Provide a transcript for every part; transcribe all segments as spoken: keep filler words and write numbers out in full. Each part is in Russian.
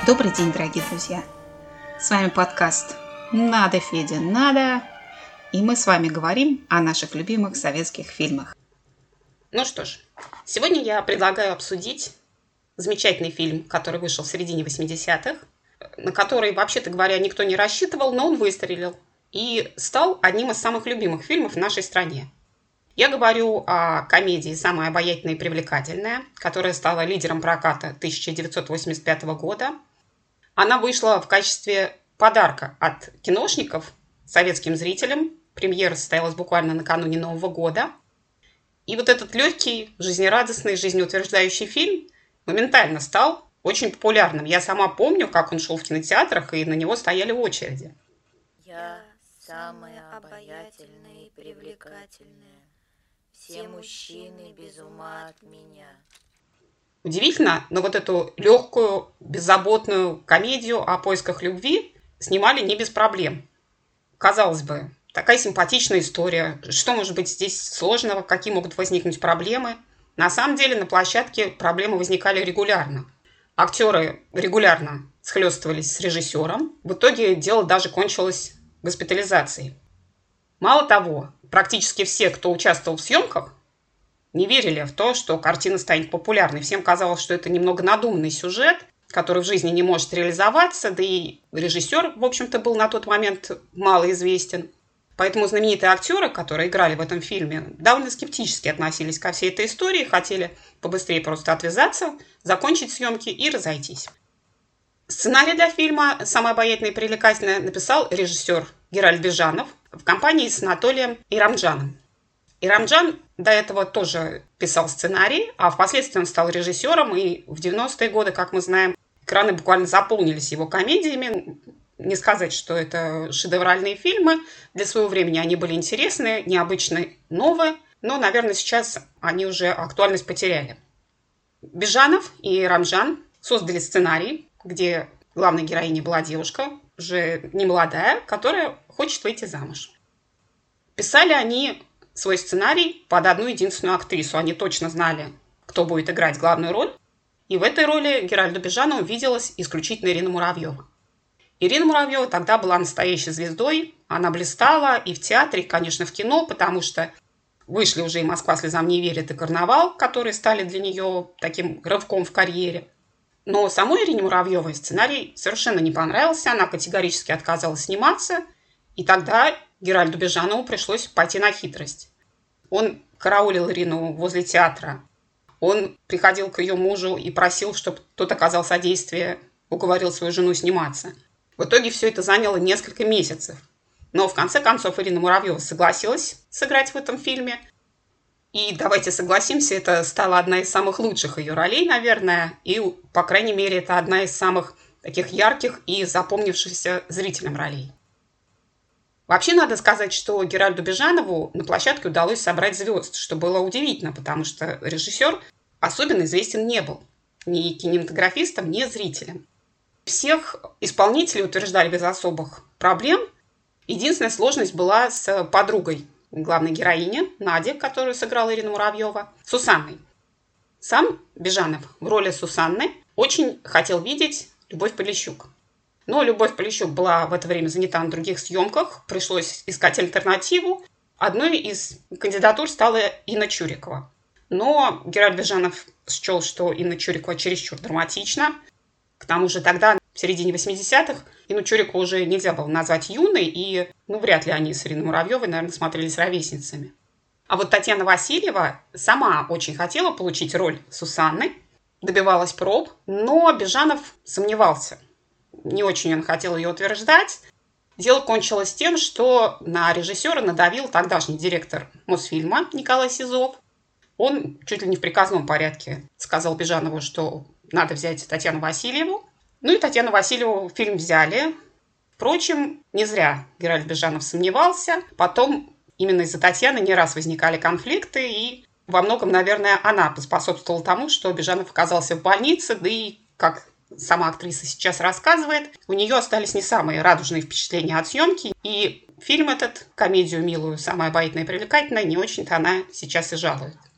Добрый день, дорогие друзья! С вами подкаст «Надо, Федя, надо!» И мы с вами говорим о наших любимых советских фильмах. Ну что ж, сегодня я предлагаю обсудить замечательный фильм, который вышел в середине восьмидесятых, на который, вообще-то говоря, никто не рассчитывал, но он выстрелил и стал одним из самых любимых фильмов в нашей стране. Я говорю о комедии «Самая обаятельная и привлекательная», которая стала лидером проката тысяча девятьсот восемьдесят пятого года. Она вышла в качестве подарка от киношников советским зрителям. Премьера состоялась буквально накануне Нового года. И вот этот легкий, жизнерадостный, жизнеутверждающий фильм моментально стал очень популярным. Я сама помню, как он шел в кинотеатрах, и на него стояли очереди. Я самая обаятельная и привлекательная. Все мужчины без ума от меня. Удивительно, но вот эту легкую, беззаботную комедию о поисках любви снимали не без проблем. Казалось бы, такая симпатичная история. Что может быть здесь сложного? Какие могут возникнуть проблемы? На самом деле на площадке проблемы возникали регулярно. Актеры регулярно схлестывались с режиссером. В итоге дело даже кончилось госпитализацией. Мало того, практически все, кто участвовал в съемках, не верили в то, что картина станет популярной. Всем казалось, что это немного надуманный сюжет, который в жизни не может реализоваться, да и режиссер, в общем-то, был на тот момент малоизвестен. Поэтому знаменитые актеры, которые играли в этом фильме, довольно скептически относились ко всей этой истории, хотели побыстрее просто отвязаться, закончить съемки и разойтись. Сценарий для фильма «Самая обаятельная и привлекательная» написал режиссер Геральт Бежанов в компании с Анатолием Ирамджаном. Ирамджан до этого тоже писал сценарий, а впоследствии он стал режиссером, и в девяностые годы, как мы знаем, экраны буквально заполнились его комедиями. Не сказать, что это шедевральные фильмы. Для своего времени они были интересные, необычные, новые, но, наверное, сейчас они уже актуальность потеряли. Бежанов и Ирамджан создали сценарий, где главной героиней была девушка, уже не молодая, которая хочет выйти замуж. Писали они свой сценарий под одну единственную актрису. Они точно знали, кто будет играть главную роль. И в этой роли Геральду Бежанову виделась исключительно Ирина Муравьева. Ирина Муравьева тогда была настоящей звездой. Она блистала и в театре, и, конечно, в кино, потому что вышли уже и «Москва слезам не верит», и «Карнавал», которые стали для нее таким рывком в карьере. Но самой Ирине Муравьевой сценарий совершенно не понравился. Она категорически отказалась сниматься. И тогда Геральду Бежанову пришлось пойти на хитрость. Он караулил Ирину возле театра. Он приходил к ее мужу и просил, чтобы тот оказал содействие, уговорил свою жену сниматься. В итоге все это заняло несколько месяцев. Но в конце концов Ирина Муравьева согласилась сыграть в этом фильме. И давайте согласимся, это стала одна из самых лучших ее ролей, наверное. И, по крайней мере, это одна из самых таких ярких и запомнившихся зрителям ролей. Вообще, надо сказать, что Геральду Бежанову на площадке удалось собрать звезд, что было удивительно, потому что режиссер особенно известен не был ни кинематографистам, ни зрителям. Всех исполнителей утверждали без особых проблем. Единственная сложность была с подругой главной героини, Нади, которую сыграла Ирина Муравьева, Сусанной. Сам Бежанов в роли Сусанны очень хотел видеть Любовь Полищук. Но Любовь Полищук была в это время занята на других съемках, пришлось искать альтернативу. Одной из кандидатур стала Инна Чурикова. Но Геральт Бежанов счел, что Инна Чурикова чересчур драматична. К тому же тогда, в середине восьмидесятых, Инну Чурикову уже нельзя было назвать юной, и ну, вряд ли они с Ириной Муравьевой, наверное, смотрелись ровесницами. А вот Татьяна Васильева сама очень хотела получить роль Сусанны, добивалась проб, но Бежанов сомневался. Не очень он хотел ее утверждать. Дело кончилось тем, что на режиссера надавил тогдашний директор Мосфильма Николай Сизов. Он чуть ли не в приказном порядке сказал Бежанову, что надо взять Татьяну Васильеву. Ну и Татьяну Васильеву в фильм взяли. Впрочем, не зря Геральт Бежанов сомневался. Потом именно из-за Татьяны не раз возникали конфликты, и во многом, наверное, она поспособствовала тому, что Бежанов оказался в больнице, да и, как сама актриса сейчас рассказывает, у нее остались не самые радужные впечатления от съемки, и фильм этот, комедию милую, «Самая обаятельная и привлекательная», не очень-то она сейчас и жалует.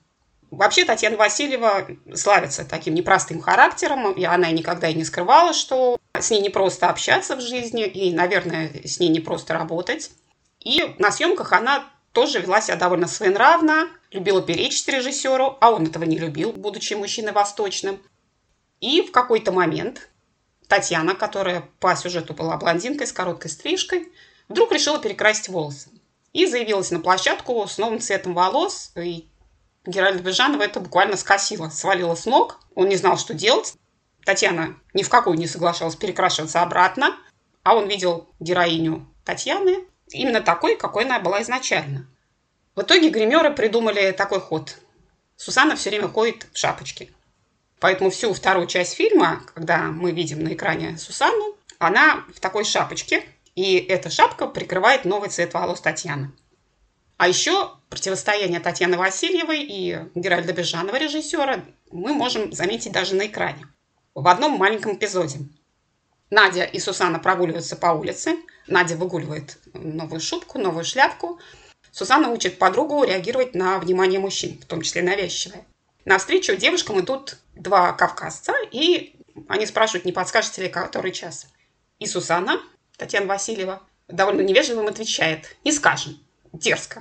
Вообще Татьяна Васильева славится таким непростым характером, и она никогда и не скрывала, что с ней не просто общаться в жизни, и, наверное, с ней не просто работать. И на съемках она тоже вела себя довольно своенравно, любила перечить режиссеру, а он этого не любил, будучи мужчиной восточным. И в какой-то момент Татьяна, которая по сюжету была блондинкой с короткой стрижкой, вдруг решила перекрасить волосы. И заявилась на площадку с новым цветом волос, и Геральда Бежанова это буквально скосило, свалило с ног. Он не знал, что делать. Татьяна ни в какую не соглашалась перекрашиваться обратно, а он видел героиню Татьяны именно такой, какой она была изначально. В итоге гримеры придумали такой ход. Сусанна все время ходит в шапочке. Поэтому всю вторую часть фильма, когда мы видим на экране Сусанну, она в такой шапочке, и эта шапка прикрывает новый цвет волос Татьяны. А еще противостояние Татьяны Васильевой и Геральда Бежанова, режиссера, мы можем заметить даже на экране. В одном маленьком эпизоде. Надя и Сусанна прогуливаются по улице. Надя выгуливает новую шубку, новую шляпку. Сусанна учит подругу реагировать на внимание мужчин, в том числе навязчивое. Навстречу девушкам идут два кавказца, и они спрашивают, не подскажете ли, который час. И Сусанна, Татьяна Васильева, довольно невежливо им отвечает: не скажем. Дерзко.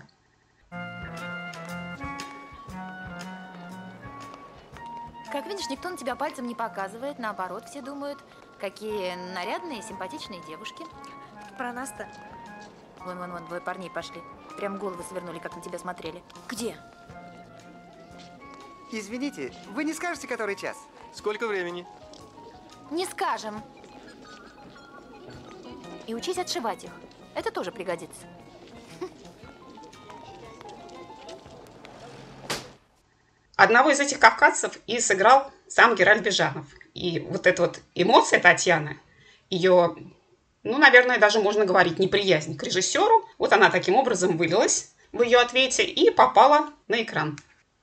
Как видишь, никто на тебя пальцем не показывает. Наоборот, все думают, какие нарядные, симпатичные девушки. Про нас-то. Вон, вон, вон, двое парней пошли. Прям головы свернули, как на тебя смотрели. Где? Извините, вы не скажете, который час? Сколько времени? Не скажем. И учись отшивать их. Это тоже пригодится. Одного из этих кавказцев и сыграл сам Геральд Бежанов. И вот эта вот эмоция Татьяны, ее, ну, наверное, даже можно говорить, неприязнь к режиссеру, вот она таким образом вылилась в ее ответе и попала на экран.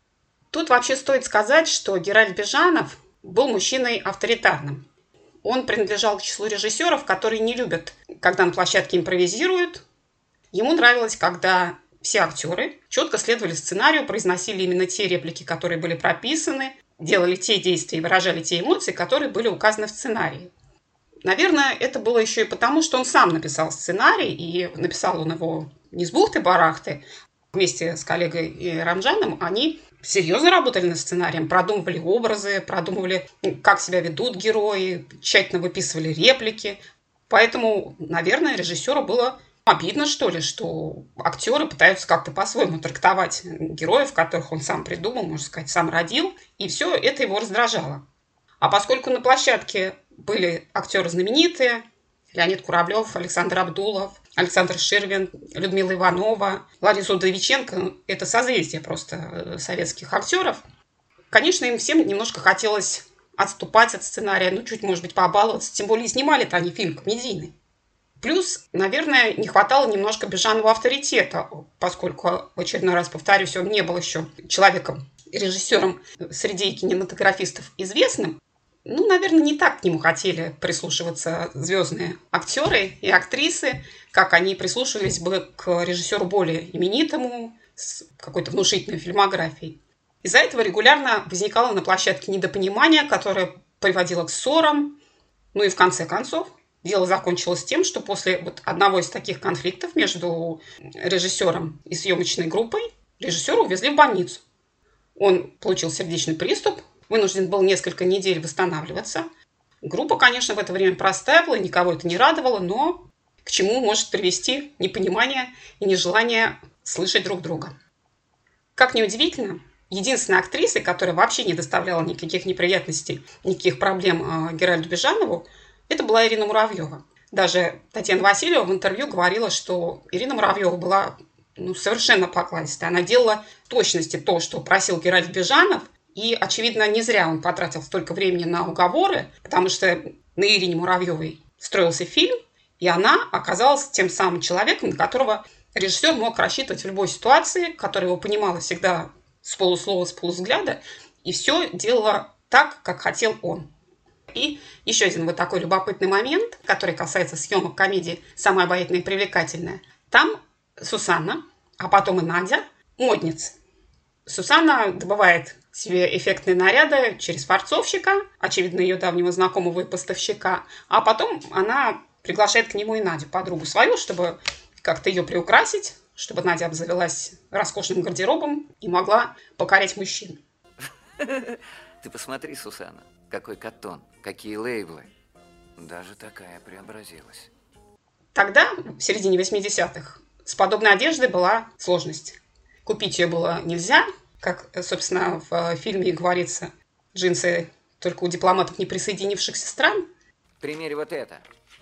Тут вообще стоит сказать, что Геральд Бежанов был мужчиной авторитарным. Он принадлежал к числу режиссеров, которые не любят, когда на площадке импровизируют. Ему нравилось, когда все актеры четко следовали сценарию, произносили именно те реплики, которые были прописаны, делали те действия и выражали те эмоции, которые были указаны в сценарии. Наверное, это было еще и потому, что он сам написал сценарий, и написал он его не с бухты-барахты. Вместе с коллегой Рамджаном они серьезно работали над сценарием, продумывали образы, продумывали, как себя ведут герои, тщательно выписывали реплики. Поэтому, наверное, режиссеру было обидно, что ли, что актеры пытаются как-то по-своему трактовать героев, которых он сам придумал, можно сказать, сам родил, и все это его раздражало. А поскольку на площадке были актеры знаменитые, Леонид Куравлев, Александр Абдулов, Александр Ширвин, Людмила Иванова, Лариса Удовиченко, это созвездие просто советских актеров, конечно, им всем немножко хотелось отступать от сценария, ну, чуть, может быть, побаловаться, тем более снимали-то они фильм комедийный. Плюс, наверное, не хватало немножко Бежанова авторитета, поскольку, в очередной раз повторюсь, он не был еще человеком, режиссером среди кинематографистов известным. Ну, наверное, не так к нему хотели прислушиваться звездные актеры и актрисы, как они прислушивались бы к режиссеру более именитому, с какой-то внушительной фильмографией. Из-за этого регулярно возникало на площадке недопонимание, которое приводило к ссорам. Ну и в конце концов дело закончилось тем, что после вот одного из таких конфликтов между режиссером и съемочной группой режиссера увезли в больницу. Он получил сердечный приступ, вынужден был несколько недель восстанавливаться. Группа, конечно, в это время простаивала, никого это не радовало, но к чему может привести непонимание и нежелание слышать друг друга. Как ни удивительно, единственной актрисой, которая вообще не доставляла никаких неприятностей, никаких проблем Геральду Бежанову, это была Ирина Муравьева. Даже Татьяна Васильева в интервью говорила, что Ирина Муравьева была ну, совершенно покладистой. Она делала в точности то, что просил Геральд Бежанов, и, очевидно, не зря он потратил столько времени на уговоры, потому что на Ирине Муравьевой строился фильм, и она оказалась тем самым человеком, на которого режиссер мог рассчитывать в любой ситуации, которая его понимала всегда с полуслова, с полувзгляда, и все делала так, как хотел он. И еще один вот такой любопытный момент, который касается съемок комедии «Самая обаятельная и привлекательная». Там Сусанна, а потом и Надя, модницы. Сусанна добывает себе эффектные наряды через фарцовщика, очевидно, ее давнего знакомого и поставщика. А потом она приглашает к нему и Надю, подругу свою, чтобы как-то ее приукрасить, чтобы Надя обзавелась роскошным гардеробом и могла покорять мужчин. Ты посмотри, Сусанна, какой катон, какие лейблы. Даже такая преобразилась. Тогда, в середине восьмидесятых, с подобной одеждой была сложность. Купить ее было нельзя. Как, собственно, в фильме говорится, джинсы только у дипломатов неприсоединившихся стран. Примерь вот это.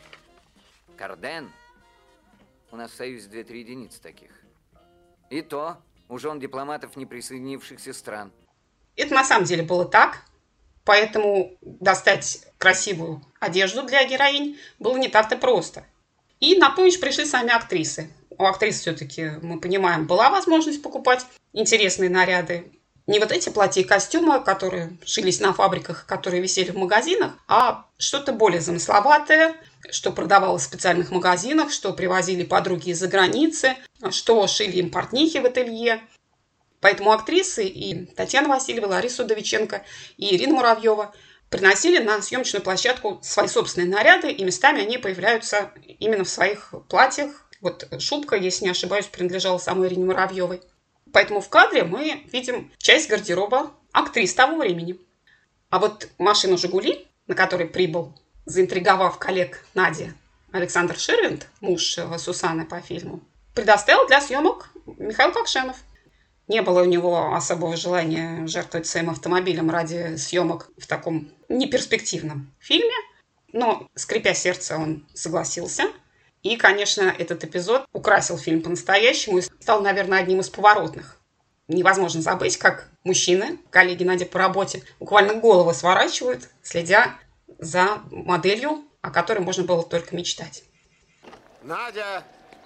Карден. У нас в Союзе две-три единицы таких. И то у жен дипломатов неприсоединившихся стран. Это на самом деле было так. Поэтому достать красивую одежду для героинь было не так-то просто. И на помощь пришли сами актрисы. У актрис все-таки, мы понимаем, была возможность покупать интересные наряды. Не вот эти платья и костюмы, которые шились на фабриках, которые висели в магазинах, а что-то более замысловатое, что продавалось в специальных магазинах, что привозили подруги из-за границы, что шили им портнихи в ателье. Поэтому актрисы и Татьяна Васильева, Лариса Удовиченко и Ирина Муравьева приносили на съемочную площадку свои собственные наряды, и местами они появляются именно в своих платьях. Вот шубка, если не ошибаюсь, принадлежала самой Ирине Муравьевой. Поэтому в кадре мы видим часть гардероба актрис того времени. А вот машину «Жигули», на которой прибыл, заинтриговав коллег Нади, Александр Ширвинд, муж Сусанны по фильму, предоставил для съемок Михаил Кокшенов. Не было у него особого желания жертвовать своим автомобилем ради съемок в таком неперспективном фильме, но, скрипя сердце, он согласился. И, конечно, этот эпизод украсил фильм по-настоящему и стал, наверное, одним из поворотных. Невозможно забыть, как мужчины, коллеги Нади по работе, буквально головы сворачивают, следя за моделью, о которой можно было только мечтать. Надя!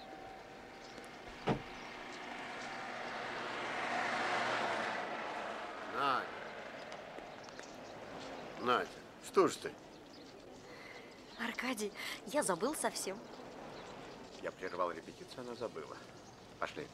Надя! Надя, что ж ты? Аркадий, я забыл совсем. Я прервал репетицию, она забыла. Пошли.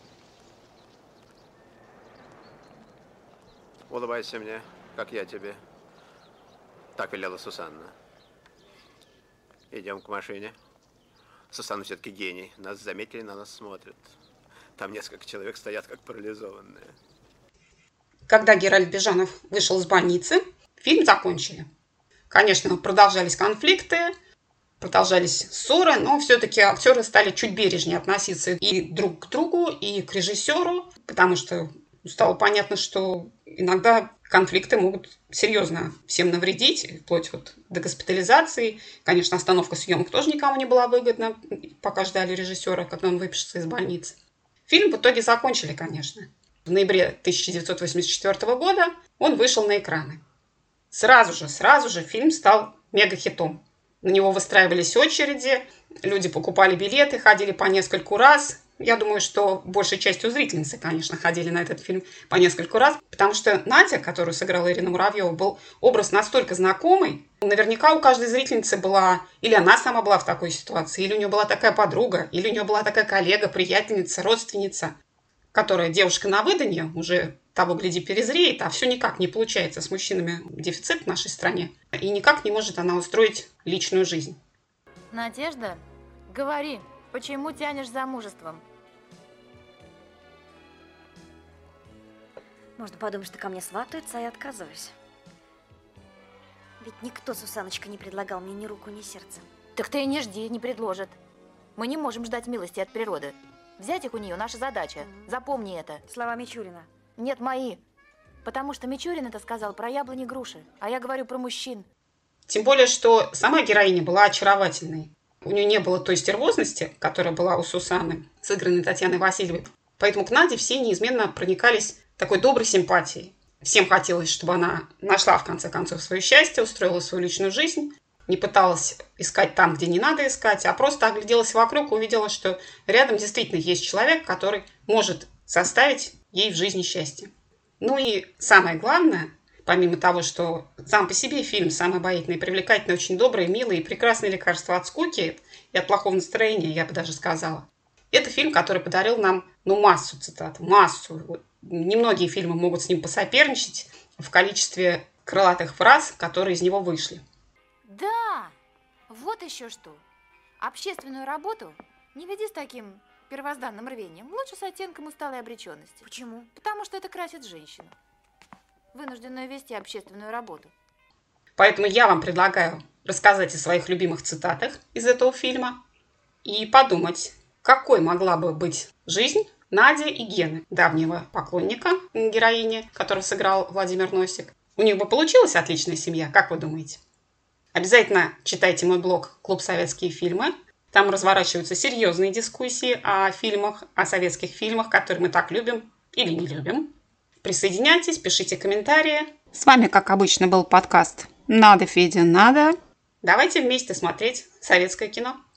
Улыбайся мне, как я тебе. Так велела Сусанна. Идем к машине. Сусанна все-таки гений. Нас заметили, на нас смотрят. Там несколько человек стоят, как парализованные. Когда Геральт Бежанов вышел из больницы, фильм закончили. Конечно, продолжались конфликты, продолжались ссоры, но все-таки актеры стали чуть бережнее относиться и друг к другу, и к режиссеру, потому что стало понятно, что иногда конфликты могут серьезно всем навредить, вплоть вот до госпитализации. Конечно, остановка съемок тоже никому не была выгодна, пока ждали режиссера, когда он выпишется из больницы. Фильм в итоге закончили, конечно. В ноябре тысяча девятьсот восемьдесят четвёртого года он вышел на экраны. Сразу же, сразу же фильм стал мегахитом. На него выстраивались очереди, люди покупали билеты, ходили по нескольку раз. Я думаю, что большей частью зрительницы, конечно, ходили на этот фильм по нескольку раз, потому что Надя, которую сыграла Ирина Муравьева, был образ настолько знакомый. Наверняка у каждой зрительницы была, или она сама была в такой ситуации, или у нее была такая подруга, или у нее была такая коллега, приятельница, родственница, которая девушка на выданье, уже того, гляди, перезреет, а все никак не получается. С мужчинами дефицит в нашей стране. И никак не может она устроить личную жизнь. Надежда, говори, почему тянешь за мужеством? Можно подумать, что ко мне сватаются, а я отказываюсь. Ведь никто, Сусаночка, не предлагал мне ни руку, ни сердце. Так ты и не жди, не предложат. Мы не можем ждать милости от природы. Взять их у нее наша задача. Mm-hmm. Запомни это. Слова Мичурина. Нет, мои. Потому что Мичурин это сказал про яблони груши, а я говорю про мужчин. Тем более, что сама героиня была очаровательной. У нее не было той стервозности, которая была у Сусанны, сыгранной Татьяной Васильевой. Поэтому к Наде все неизменно проникались такой доброй симпатией. Всем хотелось, чтобы она нашла, в конце концов, свое счастье, устроила свою личную жизнь, не пыталась искать там, где не надо искать, а просто огляделась вокруг и увидела, что рядом действительно есть человек, который может составить ей в жизни счастье. Ну и самое главное, помимо того, что сам по себе фильм самый обаятельный, привлекательный, очень добрый, милый и прекрасное лекарство от скуки и от плохого настроения, я бы даже сказала. Это фильм, который подарил нам, ну, массу цитат, массу. Вот, немногие фильмы могут с ним посоперничать в количестве крылатых фраз, которые из него вышли. Да, вот еще что. Общественную работу не веди с таким первозданным рвением. Лучше с оттенком усталой обреченности. Почему? Потому что это красит женщину, вынужденную вести общественную работу. Поэтому я вам предлагаю рассказать о своих любимых цитатах из этого фильма и подумать, какой могла бы быть жизнь Нади и Гены, давнего поклонника героини, которую сыграл Владимир Носик. У них бы получилась отличная семья, как вы думаете? Обязательно читайте мой блог «Клуб Советские фильмы». Там разворачиваются серьезные дискуссии о фильмах, о советских фильмах, которые мы так любим или не любим. Присоединяйтесь, пишите комментарии. С вами, как обычно, был подкаст «Надо, Федя, надо». Давайте вместе смотреть советское кино.